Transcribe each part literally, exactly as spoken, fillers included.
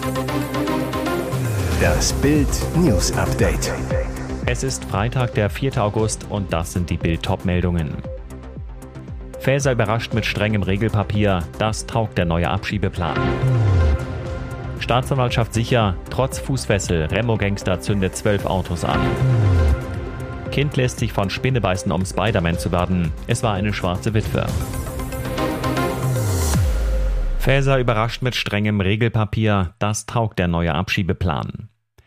Das Bild News Update. Es ist Freitag, der vierte August und das sind die Bild-Top-Meldungen. Faeser überrascht mit strengem Regelpapier, das taugt der neue Abschiebeplan. Staatsanwaltschaft sicher, trotz Fußfessel, Remo-Gangster zündet zwölf Autos an. Kind lässt sich von Spinne beißen, um Spider-Man zu werden. Es war eine schwarze Witwe. Faeser überrascht mit strengem Regelpapier, das taugt der neue Abschiebeplan.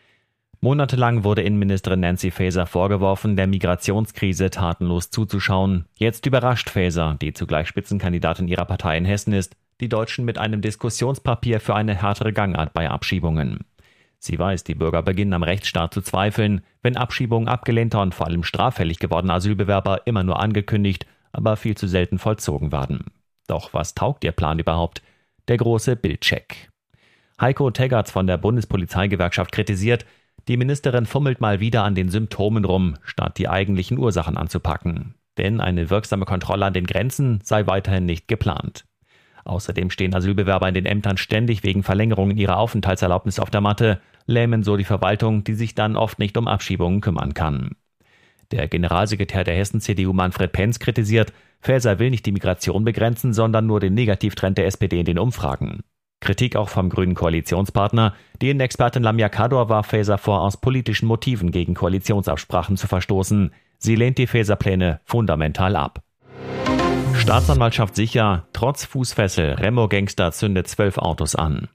Monatelang wurde Innenministerin Nancy Faeser vorgeworfen, der Migrationskrise tatenlos zuzuschauen. Jetzt überrascht Faeser, die zugleich Spitzenkandidatin ihrer Partei in Hessen ist, die Deutschen mit einem Diskussionspapier für eine härtere Gangart bei Abschiebungen. Sie weiß, die Bürger beginnen am Rechtsstaat zu zweifeln, wenn Abschiebungen abgelehnter und vor allem straffällig gewordener Asylbewerber immer nur angekündigt, aber viel zu selten vollzogen werden. Doch was taugt ihr Plan überhaupt? Der große Bildcheck. Heiko Teggerts von der Bundespolizeigewerkschaft kritisiert, die Ministerin fummelt mal wieder an den Symptomen rum, statt die eigentlichen Ursachen anzupacken. Denn eine wirksame Kontrolle an den Grenzen sei weiterhin nicht geplant. Außerdem stehen Asylbewerber in den Ämtern ständig wegen Verlängerungen ihrer Aufenthaltserlaubnis auf der Matte, lähmen so die Verwaltung, die sich dann oft nicht um Abschiebungen kümmern kann. Der Generalsekretär der Hessen-C D U Manfred Penz kritisiert, Faeser will nicht die Migration begrenzen, sondern nur den Negativtrend der S P D in den Umfragen. Kritik auch vom grünen Koalitionspartner. Die Innenexpertin Lamia Kador warf Faeser vor, aus politischen Motiven gegen Koalitionsabsprachen zu verstoßen. Sie lehnt die Faeser-Pläne fundamental ab. Staatsanwaltschaft sicher, trotz Fußfessel, Remo-Gangster zündet zwölf Autos an.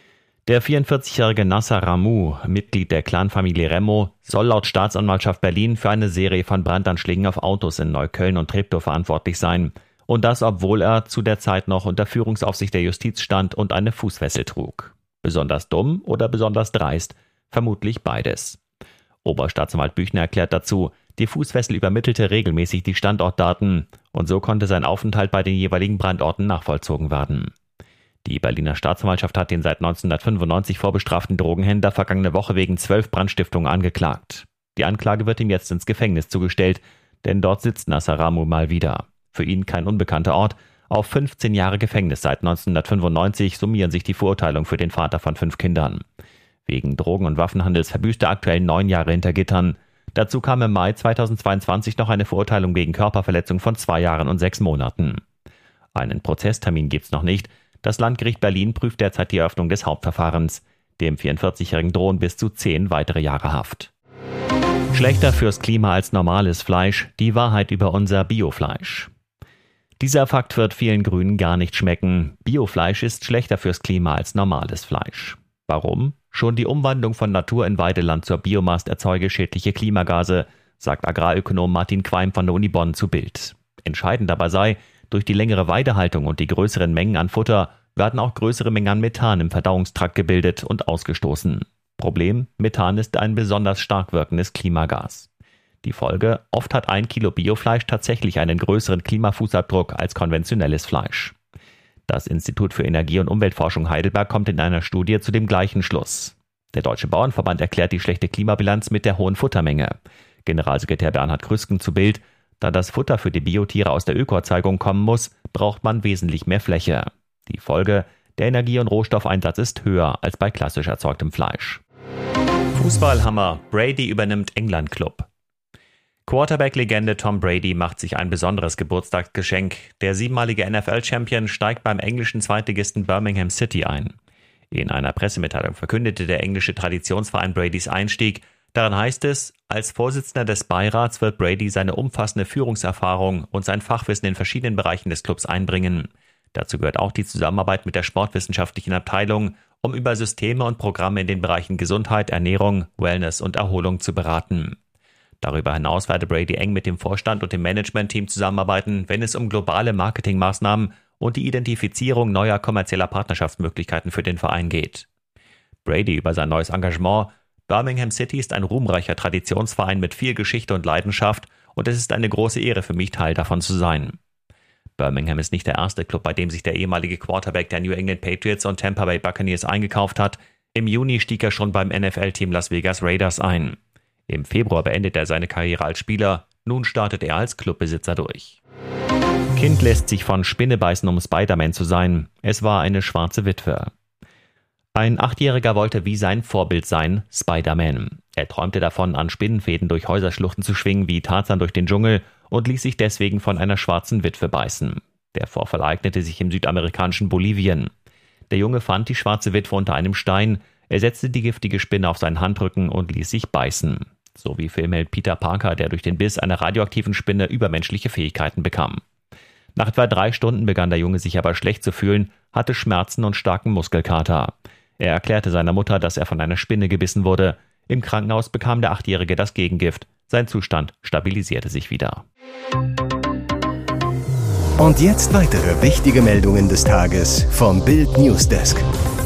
Der vierundvierzigjährige Nasser Ramu, Mitglied der Clanfamilie Remo, soll laut Staatsanwaltschaft Berlin für eine Serie von Brandanschlägen auf Autos in Neukölln und Treptow verantwortlich sein. Und das, obwohl er zu der Zeit noch unter Führungsaufsicht der Justiz stand und eine Fußfessel trug. Besonders dumm oder besonders dreist? Vermutlich beides. Oberstaatsanwalt Büchner erklärt dazu, die Fußfessel übermittelte regelmäßig die Standortdaten und so konnte sein Aufenthalt bei den jeweiligen Brandorten nachvollzogen werden. Die Berliner Staatsanwaltschaft hat den seit neunzehnhundertfünfundneunzig vorbestraften Drogenhändler vergangene Woche wegen zwölf Brandstiftungen angeklagt. Die Anklage wird ihm jetzt ins Gefängnis zugestellt, denn dort sitzt Nasser Ramu mal wieder. Für ihn kein unbekannter Ort. Auf fünfzehn Jahre Gefängnis seit neunzehnhundertfünfundneunzig summieren sich die Verurteilungen für den Vater von fünf Kindern. Wegen Drogen- und Waffenhandels verbüßt er aktuell neun Jahre hinter Gittern. Dazu kam im Mai zweitausendzweiundzwanzig noch eine Verurteilung wegen Körperverletzung von zwei Jahren und sechs Monaten. Einen Prozesstermin gibt's noch nicht. Das Landgericht Berlin prüft derzeit die Eröffnung des Hauptverfahrens. Dem vierundvierzigjährigen drohen bis zu zehn weitere Jahre Haft. Schlechter fürs Klima als normales Fleisch, die Wahrheit über unser Biofleisch. Dieser Fakt wird vielen Grünen gar nicht schmecken. Biofleisch ist schlechter fürs Klima als normales Fleisch. Warum? Schon die Umwandlung von Natur in Weideland zur Biomast erzeuge schädliche Klimagase, sagt Agrarökonom Martin Queim von der Uni Bonn zu Bild. Entscheidend dabei sei, durch die längere Weidehaltung und die größeren Mengen an Futter werden auch größere Mengen an Methan im Verdauungstrakt gebildet und ausgestoßen. Problem: Methan ist ein besonders stark wirkendes Klimagas. Die Folge: Oft hat ein Kilo Biofleisch tatsächlich einen größeren Klimafußabdruck als konventionelles Fleisch. Das Institut für Energie- und Umweltforschung Heidelberg kommt in einer Studie zu dem gleichen Schluss. Der Deutsche Bauernverband erklärt die schlechte Klimabilanz mit der hohen Futtermenge. Generalsekretär Bernhard Krüsken zu Bild: Da das Futter für die Biotiere aus der Ökoerzeugung kommen muss, braucht man wesentlich mehr Fläche. Die Folge: Der Energie- und Rohstoffeinsatz ist höher als bei klassisch erzeugtem Fleisch. Fußballhammer: Brady übernimmt England-Club. Quarterback-Legende Tom Brady macht sich ein besonderes Geburtstagsgeschenk. Der siebenmalige N F L-Champion steigt beim englischen Zweitligisten Birmingham City ein. In einer Pressemitteilung verkündete der englische Traditionsverein Bradys Einstieg. Darin heißt es: Als Vorsitzender des Beirats wird Brady seine umfassende Führungserfahrung und sein Fachwissen in verschiedenen Bereichen des Clubs einbringen. Dazu gehört auch die Zusammenarbeit mit der sportwissenschaftlichen Abteilung, um über Systeme und Programme in den Bereichen Gesundheit, Ernährung, Wellness und Erholung zu beraten. Darüber hinaus werde Brady eng mit dem Vorstand und dem Managementteam zusammenarbeiten, wenn es um globale Marketingmaßnahmen und die Identifizierung neuer kommerzieller Partnerschaftsmöglichkeiten für den Verein geht. Brady über sein neues Engagement: Birmingham City ist ein ruhmreicher Traditionsverein mit viel Geschichte und Leidenschaft und es ist eine große Ehre für mich, Teil davon zu sein. Birmingham ist nicht der erste Club, bei dem sich der ehemalige Quarterback der New England Patriots und Tampa Bay Buccaneers eingekauft hat. Im Juni stieg er schon beim N F L-Team Las Vegas Raiders ein. Im Februar beendet er seine Karriere als Spieler, nun startet er als Clubbesitzer durch. Kind lässt sich von Spinne beißen, um Spider-Man zu sein. Es war eine schwarze Witwe. Ein Achtjähriger wollte wie sein Vorbild sein, Spider-Man. Er träumte davon, an Spinnenfäden durch Häuserschluchten zu schwingen wie Tarzan durch den Dschungel und ließ sich deswegen von einer schwarzen Witwe beißen. Der Vorfall ereignete sich im südamerikanischen Bolivien. Der Junge fand die schwarze Witwe unter einem Stein, er setzte die giftige Spinne auf seinen Handrücken und ließ sich beißen. So wie Filmheld Peter Parker, der durch den Biss einer radioaktiven Spinne übermenschliche Fähigkeiten bekam. Nach etwa drei Stunden begann der Junge sich aber schlecht zu fühlen, hatte Schmerzen und starken Muskelkater. Er erklärte seiner Mutter, dass er von einer Spinne gebissen wurde. Im Krankenhaus bekam der Achtjährige das Gegengift. Sein Zustand stabilisierte sich wieder. Und jetzt weitere wichtige Meldungen des Tages vom Bild Newsdesk.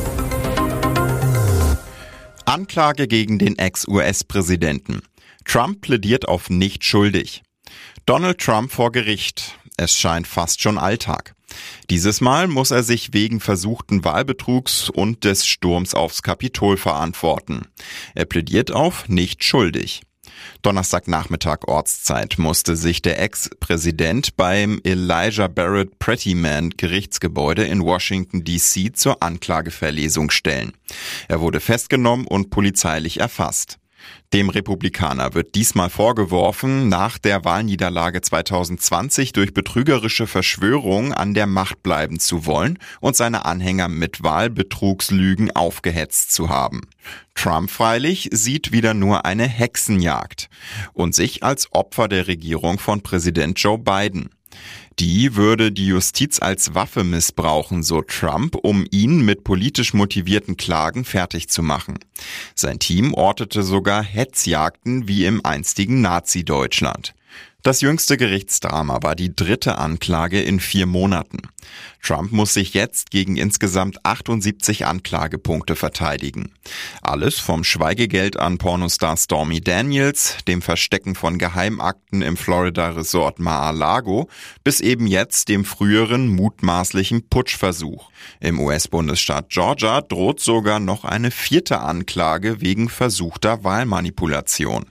Anklage gegen den Ex-U S-Präsidenten. Trump plädiert auf nicht schuldig. Donald Trump vor Gericht. Es scheint fast schon Alltag. Dieses Mal muss er sich wegen versuchten Wahlbetrugs und des Sturms aufs Kapitol verantworten. Er plädiert auf nicht schuldig. Donnerstagnachmittag Ortszeit musste sich der Ex-Präsident beim Elijah Barrett Prettyman Gerichtsgebäude in Washington D C zur Anklageverlesung stellen. Er wurde festgenommen und polizeilich erfasst. Dem Republikaner wird diesmal vorgeworfen, nach der Wahlniederlage zwanzig zwanzig durch betrügerische Verschwörung an der Macht bleiben zu wollen und seine Anhänger mit Wahlbetrugslügen aufgehetzt zu haben. Trump freilich sieht wieder nur eine Hexenjagd und sich als Opfer der Regierung von Präsident Joe Biden. Die würde die Justiz als Waffe missbrauchen, so Trump, um ihn mit politisch motivierten Klagen fertig zu machen. Sein Team ortete sogar Hetzjagden wie im einstigen Nazi-Deutschland. Das jüngste Gerichtsdrama war die dritte Anklage in vier Monaten. Trump muss sich jetzt gegen insgesamt achtundsiebzig Anklagepunkte verteidigen. Alles vom Schweigegeld an Pornostar Stormy Daniels, dem Verstecken von Geheimakten im Florida-Resort Mar-a-Lago, bis eben jetzt dem früheren mutmaßlichen Putschversuch. Im U S-Bundesstaat Georgia droht sogar noch eine vierte Anklage wegen versuchter Wahlmanipulation.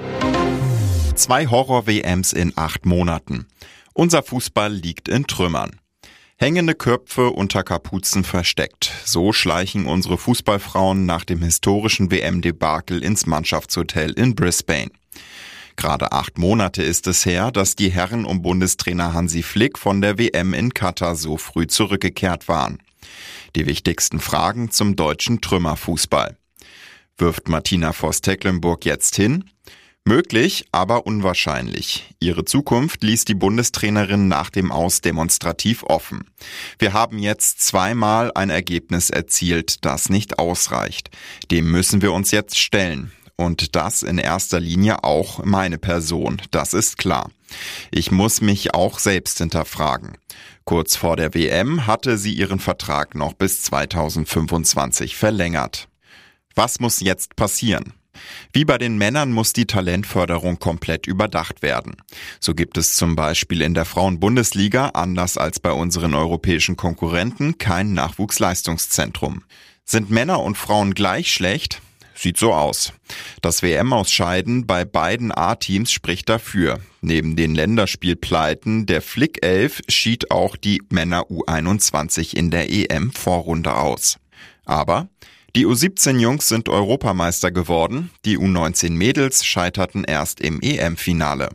Zwei Horror-W Ms in acht Monaten. Unser Fußball liegt in Trümmern. Hängende Köpfe unter Kapuzen versteckt. So schleichen unsere Fußballfrauen nach dem historischen W M-Debakel ins Mannschaftshotel in Brisbane. Gerade acht Monate ist es her, dass die Herren um Bundestrainer Hansi Flick von der W M in Katar so früh zurückgekehrt waren. Die wichtigsten Fragen zum deutschen Trümmerfußball. Wirft Martina Voss-Tecklenburg jetzt hin? Möglich, aber unwahrscheinlich. Ihre Zukunft ließ die Bundestrainerin nach dem Aus demonstrativ offen. Wir haben jetzt zweimal ein Ergebnis erzielt, das nicht ausreicht. Dem müssen wir uns jetzt stellen. Und das in erster Linie auch meine Person, das ist klar. Ich muss mich auch selbst hinterfragen. Kurz vor der W M hatte sie ihren Vertrag noch bis zweitausendfünfundzwanzig verlängert. Was muss jetzt passieren? Wie bei den Männern muss die Talentförderung komplett überdacht werden. So gibt es zum Beispiel in der Frauen-Bundesliga, anders als bei unseren europäischen Konkurrenten, kein Nachwuchsleistungszentrum. Sind Männer und Frauen gleich schlecht? Sieht so aus. Das W M-Ausscheiden bei beiden A-Teams spricht dafür. Neben den Länderspielpleiten der Flick-Elf schied auch die Männer U einundzwanzig in der E M-Vorrunde aus. Aber die U siebzehn Jungs sind Europameister geworden, die U neunzehn Mädels scheiterten erst im E M-Finale.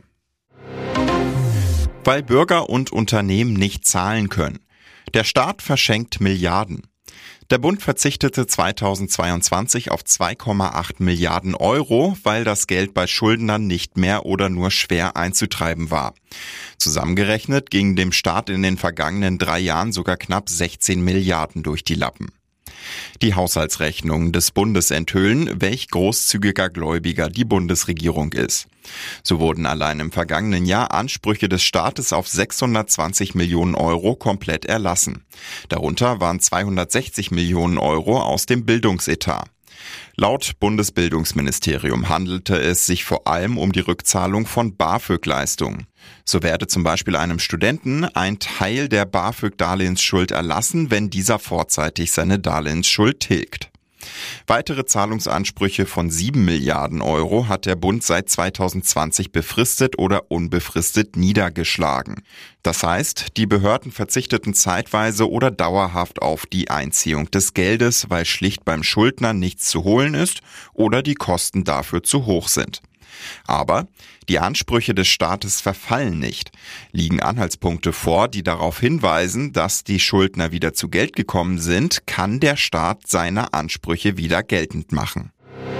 Weil Bürger und Unternehmen nicht zahlen können. Der Staat verschenkt Milliarden. Der Bund verzichtete zweitausendzweiundzwanzig auf zwei Komma acht Milliarden Euro, weil das Geld bei Schuldnern nicht mehr oder nur schwer einzutreiben war. Zusammengerechnet gingen dem Staat in den vergangenen drei Jahren sogar knapp sechzehn Milliarden durch die Lappen. Die Haushaltsrechnungen des Bundes enthüllen, welch großzügiger Gläubiger die Bundesregierung ist. So wurden allein im vergangenen Jahr Ansprüche des Staates auf sechshundertzwanzig Millionen Euro komplett erlassen. Darunter waren zweihundertsechzig Millionen Euro aus dem Bildungsetat. Laut Bundesbildungsministerium handelte es sich vor allem um die Rückzahlung von BAföG-Leistungen. So werde zum Beispiel einem Studenten ein Teil der BAföG-Darlehensschuld erlassen, wenn dieser vorzeitig seine Darlehensschuld tilgt. Weitere Zahlungsansprüche von sieben Milliarden Euro hat der Bund seit zweitausendzwanzig befristet oder unbefristet niedergeschlagen. Das heißt, die Behörden verzichteten zeitweise oder dauerhaft auf die Einziehung des Geldes, weil schlicht beim Schuldner nichts zu holen ist oder die Kosten dafür zu hoch sind. Aber die Ansprüche des Staates verfallen nicht. Liegen Anhaltspunkte vor, die darauf hinweisen, dass die Schuldner wieder zu Geld gekommen sind, kann der Staat seine Ansprüche wieder geltend machen.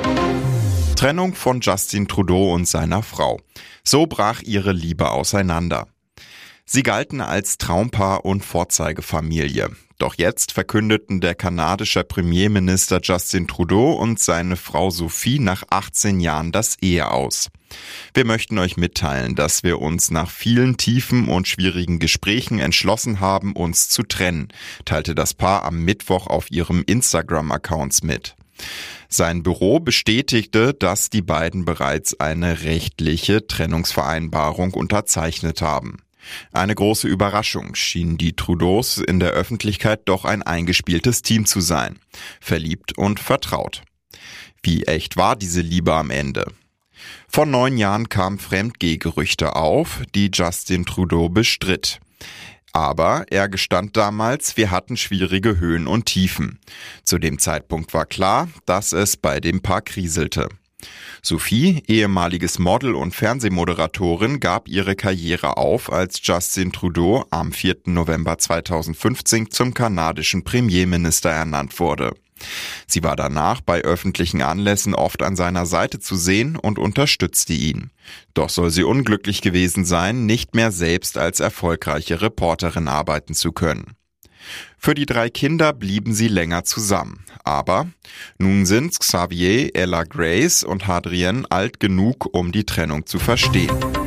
Trennung von Justin Trudeau und seiner Frau. So brach ihre Liebe auseinander. Sie galten als Traumpaar und Vorzeigefamilie. Doch jetzt verkündeten der kanadische Premierminister Justin Trudeau und seine Frau Sophie nach achtzehn Jahren das Ehe aus. Wir möchten euch mitteilen, dass wir uns nach vielen tiefen und schwierigen Gesprächen entschlossen haben, uns zu trennen, teilte das Paar am Mittwoch auf ihrem Instagram-Accounts mit. Sein Büro bestätigte, dass die beiden bereits eine rechtliche Trennungsvereinbarung unterzeichnet haben. Eine große Überraschung schienen die Trudeaus in der Öffentlichkeit doch ein eingespieltes Team zu sein, verliebt und vertraut. Wie echt war diese Liebe am Ende? Vor neun Jahren kamen Fremdgehgerüchte auf, die Justin Trudeau bestritt. Aber er gestand damals, wir hatten schwierige Höhen und Tiefen. Zu dem Zeitpunkt war klar, dass es bei dem Paar kriselte. Sophie, ehemaliges Model und Fernsehmoderatorin, gab ihre Karriere auf, als Justin Trudeau am vierten November zweitausendfünfzehn zum kanadischen Premierminister ernannt wurde. Sie war danach bei öffentlichen Anlässen oft an seiner Seite zu sehen und unterstützte ihn. Doch soll sie unglücklich gewesen sein, nicht mehr selbst als erfolgreiche Reporterin arbeiten zu können. Für die drei Kinder blieben sie länger zusammen. Aber nun sind Xavier, Ella Grace und Hadrien alt genug, um die Trennung zu verstehen.